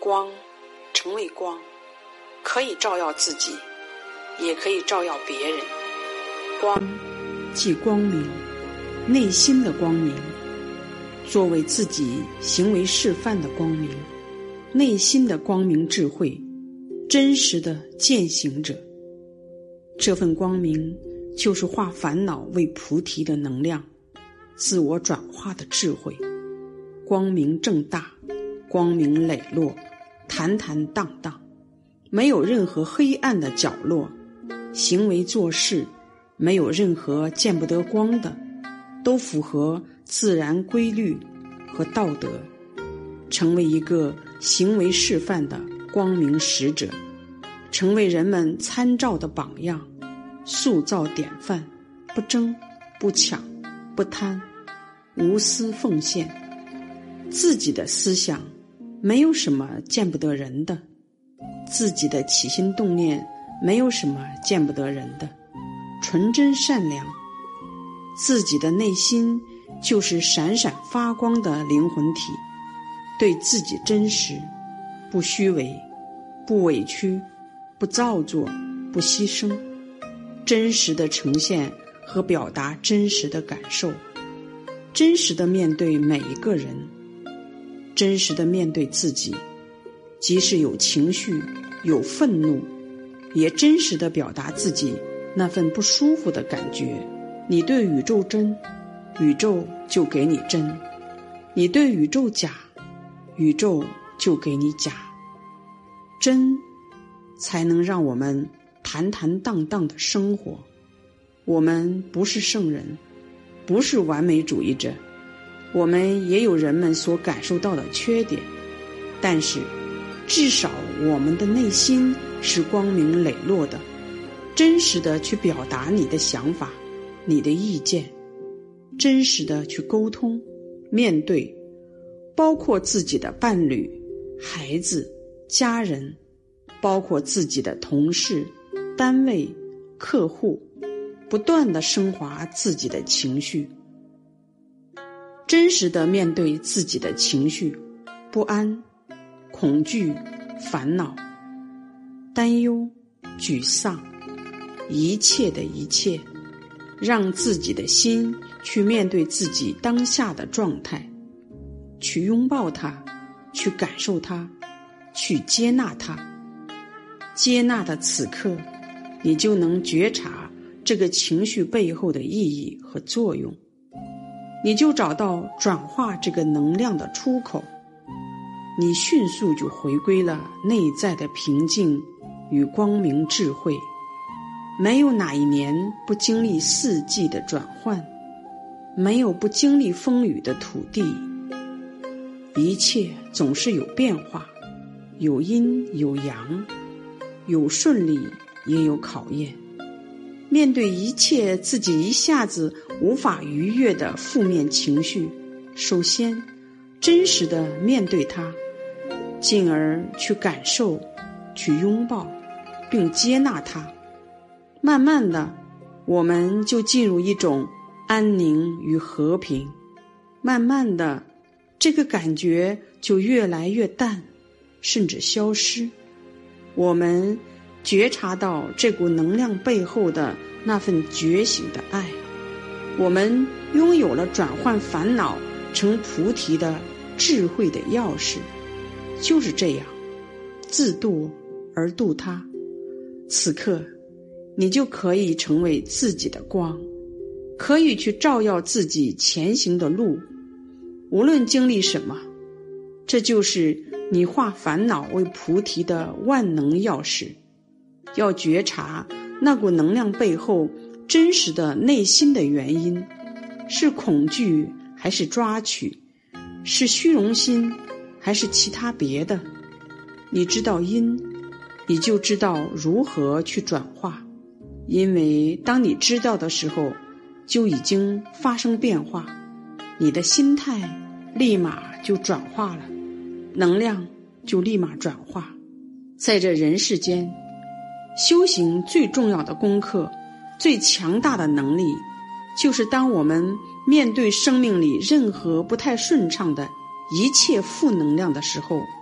光，成为光，可以照耀自己，也可以照耀别人。光即光明，内心的光明，作为自己行为示范的光明，内心的光明智慧，真实的践行者。这份光明就是化烦恼为菩提的能量，自我转化的智慧。光明正大，光明磊落，坦坦荡荡，没有任何黑暗的角落。行为做事没有任何见不得光的，都符合自然规律和道德，成为一个行为示范的光明使者，成为人们参照的榜样，塑造典范，不争不抢不贪，无私奉献。自己的思想没有什么见不得人的，自己的起心动念没有什么见不得人的，纯真善良。自己的内心就是闪闪发光的灵魂体，对自己真实，不虚伪，不委屈，不造作，不牺牲，真实的呈现和表达真实的感受，真实的面对每一个人，真实的面对自己，即使有情绪，有愤怒，也真实的表达自己那份不舒服的感觉。你对宇宙真，宇宙就给你真；你对宇宙假，宇宙就给你假。真才能让我们坦坦荡荡的生活。我们不是圣人，不是完美主义者，我们也有人们所感受到的缺点，但是至少我们的内心是光明磊落的，真实的去表达你的想法，你的意见，真实的去沟通面对，包括自己的伴侣、孩子、家人，包括自己的同事、单位、客户，不断地升华自己的情绪，真实地面对自己的情绪，不安、恐惧、烦恼、担忧、沮丧，一切的一切，让自己的心去面对自己当下的状态，去拥抱它，去感受它，去接纳它。接纳的此刻，你就能觉察这个情绪背后的意义和作用，你就找到转化这个能量的出口，你迅速就回归了内在的平静与光明智慧。没有哪一年不经历四季的转换，没有不经历风雨的土地，一切总是有变化，有阴有阳，有顺利也有考验。面对一切自己一下子无法逾越的负面情绪，首先真实的面对它，进而去感受，去拥抱并接纳它。慢慢的，我们就进入一种安宁与和平，慢慢的，这个感觉就越来越淡，甚至消失。我们觉察到这股能量背后的那份觉醒的爱，我们拥有了转换烦恼成菩提的智慧的钥匙。就是这样，自度而度他，此刻你就可以成为自己的光，可以去照耀自己前行的路。无论经历什么，这就是你化烦恼为菩提的万能钥匙。要觉察那股能量背后真实的内心的原因，是恐惧还是抓取，是虚荣心还是其他别的。你知道因，你就知道如何去转化，因为当你知道的时候，就已经发生变化，你的心态立马就转化了，能量就立马转化。在这人世间，修行最重要的功课，最强大的能力，就是当我们面对生命里任何不太顺畅的一切负能量的时候，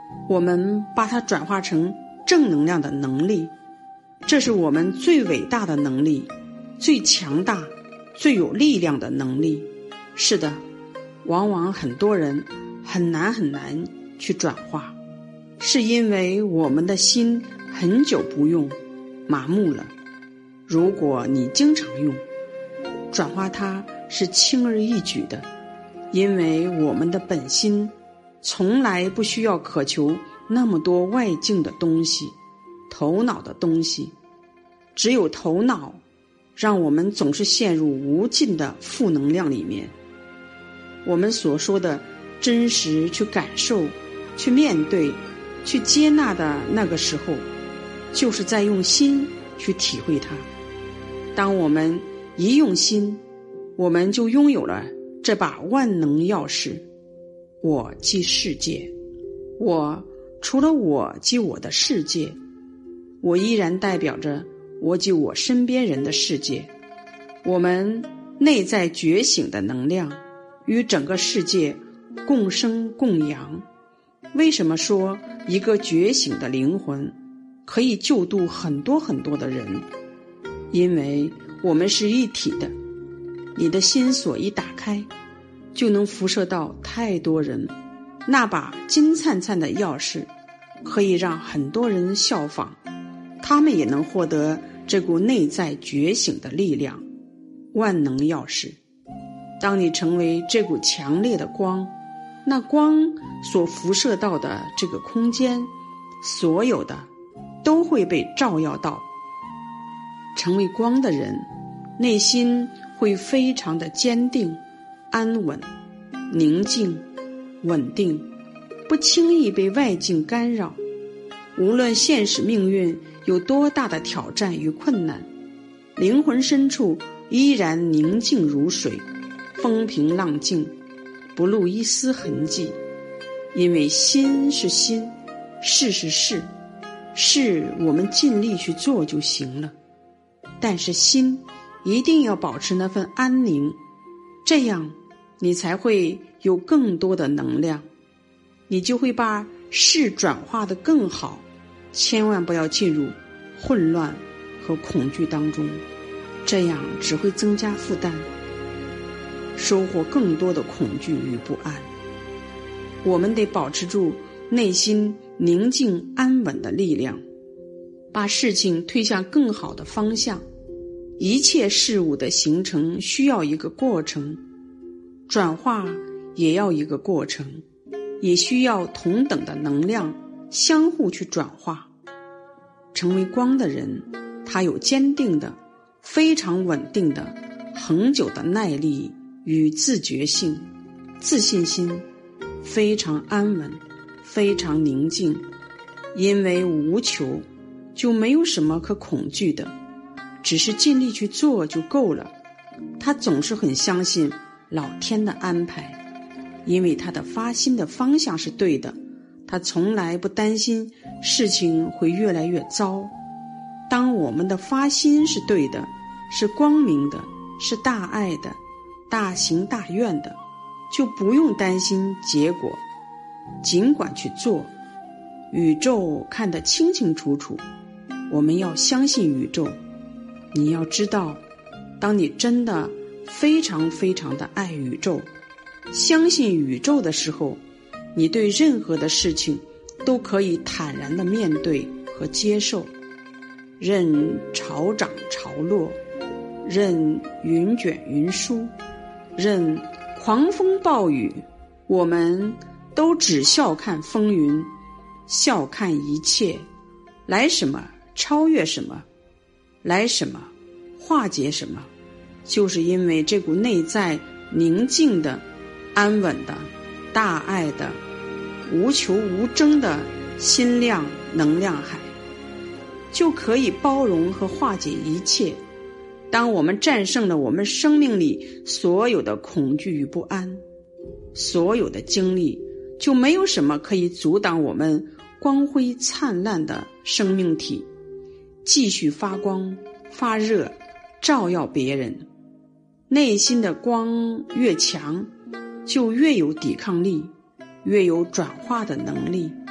我们把它转化成正能量的能力，这是我们最伟大的能力，最强大、最有力量的能力。是的，往往很多人很难去转化，是因为我们的心很久不用，麻木了。如果你经常用，转化它是轻而易举的，因为我们的本心从来不需要渴求那么多外境的东西，头脑的东西。只有头脑让我们总是陷入无尽的负能量里面。我们所说的真实去感受、去面对、去接纳的那个时候，就是在用心去体会它。当我们一用心，我们就拥有了这把万能钥匙。我即世界，我除了我即我的世界，我依然代表着我即我身边人的世界。我们内在觉醒的能量与整个世界共生共扬。为什么说一个觉醒的灵魂可以救度很多的人？因为我们是一体的，你的心锁一打开，就能辐射到太多人。那把金灿灿的钥匙可以让很多人效仿，他们也能获得这股内在觉醒的力量，万能钥匙。当你成为这股强烈的光，那光所辐射到的这个空间，所有的都会被照耀到。成为光的人，内心会非常的坚定、安稳、宁静、稳定，不轻易被外境干扰。无论现实命运有多大的挑战与困难，灵魂深处依然宁静如水，风平浪静，不露一丝痕迹。因为心是心，事是事，事我们尽力去做就行了，但是心一定要保持那份安宁，这样你才会有更多的能量，你就会把事转化得更好。千万不要进入混乱和恐惧当中，这样只会增加负担，收获更多的恐惧与不安。我们得保持住内心宁静安稳的力量，把事情推向更好的方向。一切事物的形成需要一个过程，转化也要一个过程，也需要同等的能量相互去转化。成为光的人，他有坚定的、非常稳定的、恒久的耐力与自觉性、自信心，非常安稳，非常宁静。因为无求，就没有什么可恐惧的，只是尽力去做就够了。他总是很相信老天的安排，因为他的发心的方向是对的，他从来不担心事情会越来越糟。当我们的发心是对的，是光明的，是大爱的，大行大愿的，就不用担心结果，尽管去做。宇宙看得清清楚楚，我们要相信宇宙。你要知道，当你真的非常的爱宇宙，相信宇宙的时候，你对任何的事情都可以坦然的面对和接受，任潮涨潮落，任云卷云舒，任狂风暴雨，我们都只笑看风云，笑看一切，来什么超越什么，来什么化解什么，就是因为这股内在宁静的、安稳的、大爱的、无求无争的心量能量海，就可以包容和化解一切。当我们战胜了我们生命里所有的恐惧与不安，所有的经历，就没有什么可以阻挡我们光辉灿烂的生命体继续发光发热，照耀别人。内心的光越强，就越有抵抗力，越有转化的能力。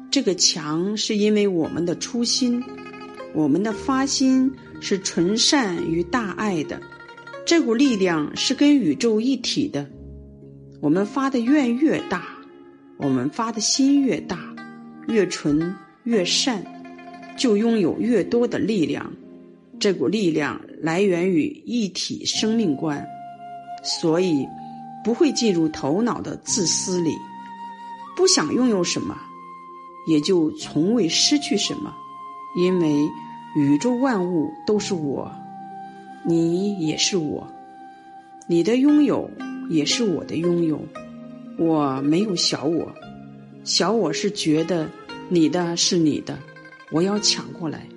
这个强是因为我们的初心，我们的发心是纯善与大爱的，这股力量是跟宇宙一体的。我们发的愿越大，我们发的心越大，越纯越善，就拥有越多的力量。这股力量来源于一体生命观，所以不会进入头脑的自私里。不想拥有什么，也就从未失去什么，因为宇宙万物都是我，你也是我，你的拥有也是我的拥有。我没有小我，小我是觉得你的是你的，我要抢过来。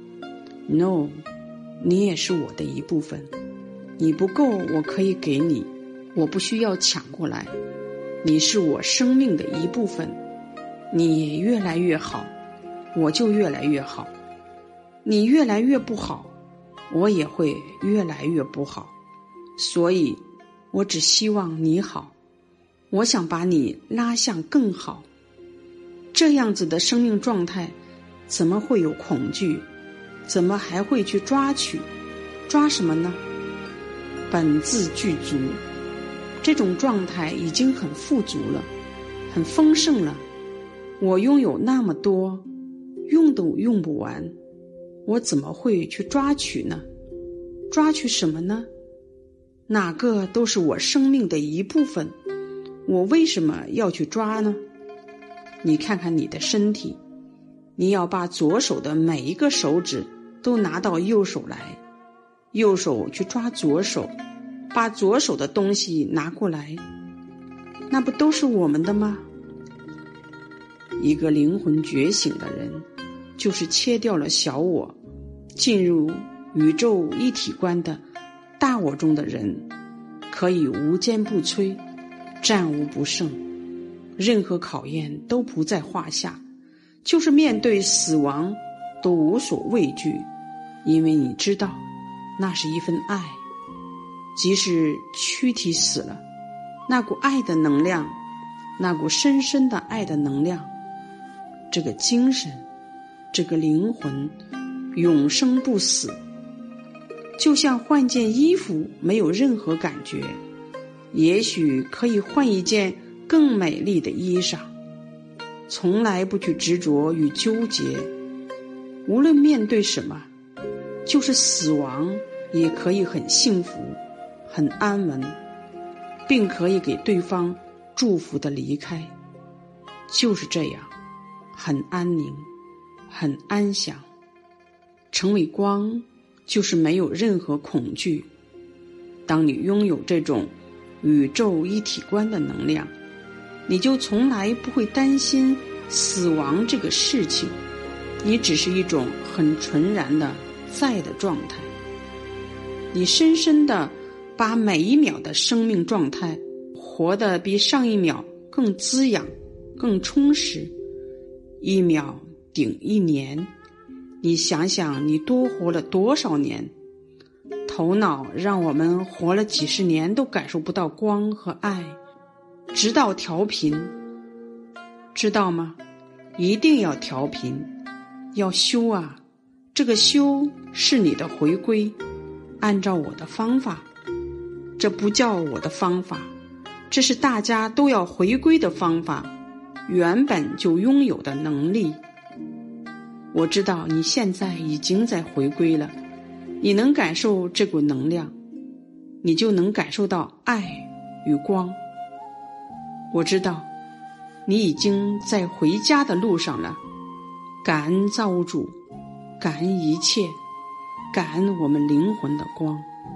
No， 你也是我的一部分，你不够我可以给你，我不需要抢过来。你是我生命的一部分，你越来越好，我就越来越好。你越来越不好，我也会越来越不好。所以我只希望你好，我想把你拉向更好。这样子的生命状态怎么会有恐惧？怎么还会去抓取？抓什么呢？本自具足。这种状态已经很富足了，很丰盛了。我拥有那么多，用都用不完，我怎么会去抓取呢？抓取什么呢？哪个都是我生命的一部分，我为什么要去抓呢？你看看你的身体，你要把左手的每一个手指都拿到右手来，右手去抓左手，把左手的东西拿过来，那不都是我们的吗？一个灵魂觉醒的人，就是切掉了小我，进入宇宙一体观的大我中的人，可以无坚不摧，战无不胜，任何考验都不在话下，就是面对死亡都无所畏惧，因为你知道那是一份爱。即使躯体死了，那股爱的能量，那股深深的爱的能量，这个精神，这个灵魂永生不死，就像换件衣服没有任何感觉，也许可以换一件更美丽的衣裳。从来不去执着与纠结，无论面对什么，就是死亡也可以很幸福很安稳，并可以给对方祝福的离开。就是这样，很安宁，很安详。成为光，就是没有任何恐惧。当你拥有这种宇宙一体观的能量，你就从来不会担心死亡这个事情，你只是一种很纯然的在的状态。你深深地把每一秒的生命状态活得比上一秒更滋养更充实，一秒顶一年。你想想你多活了多少年，头脑让我们活了几十年都感受不到光和爱，直到调频，知道吗？一定要调频，要修啊！这个修是你的回归，按照我的方法。这不叫我的方法，这是大家都要回归的方法，原本就拥有的能力。我知道你现在已经在回归了，你能感受这股能量，你就能感受到爱与光。我知道你已经在回家的路上了，感恩造物主，感恩一切，感恩我们灵魂的光。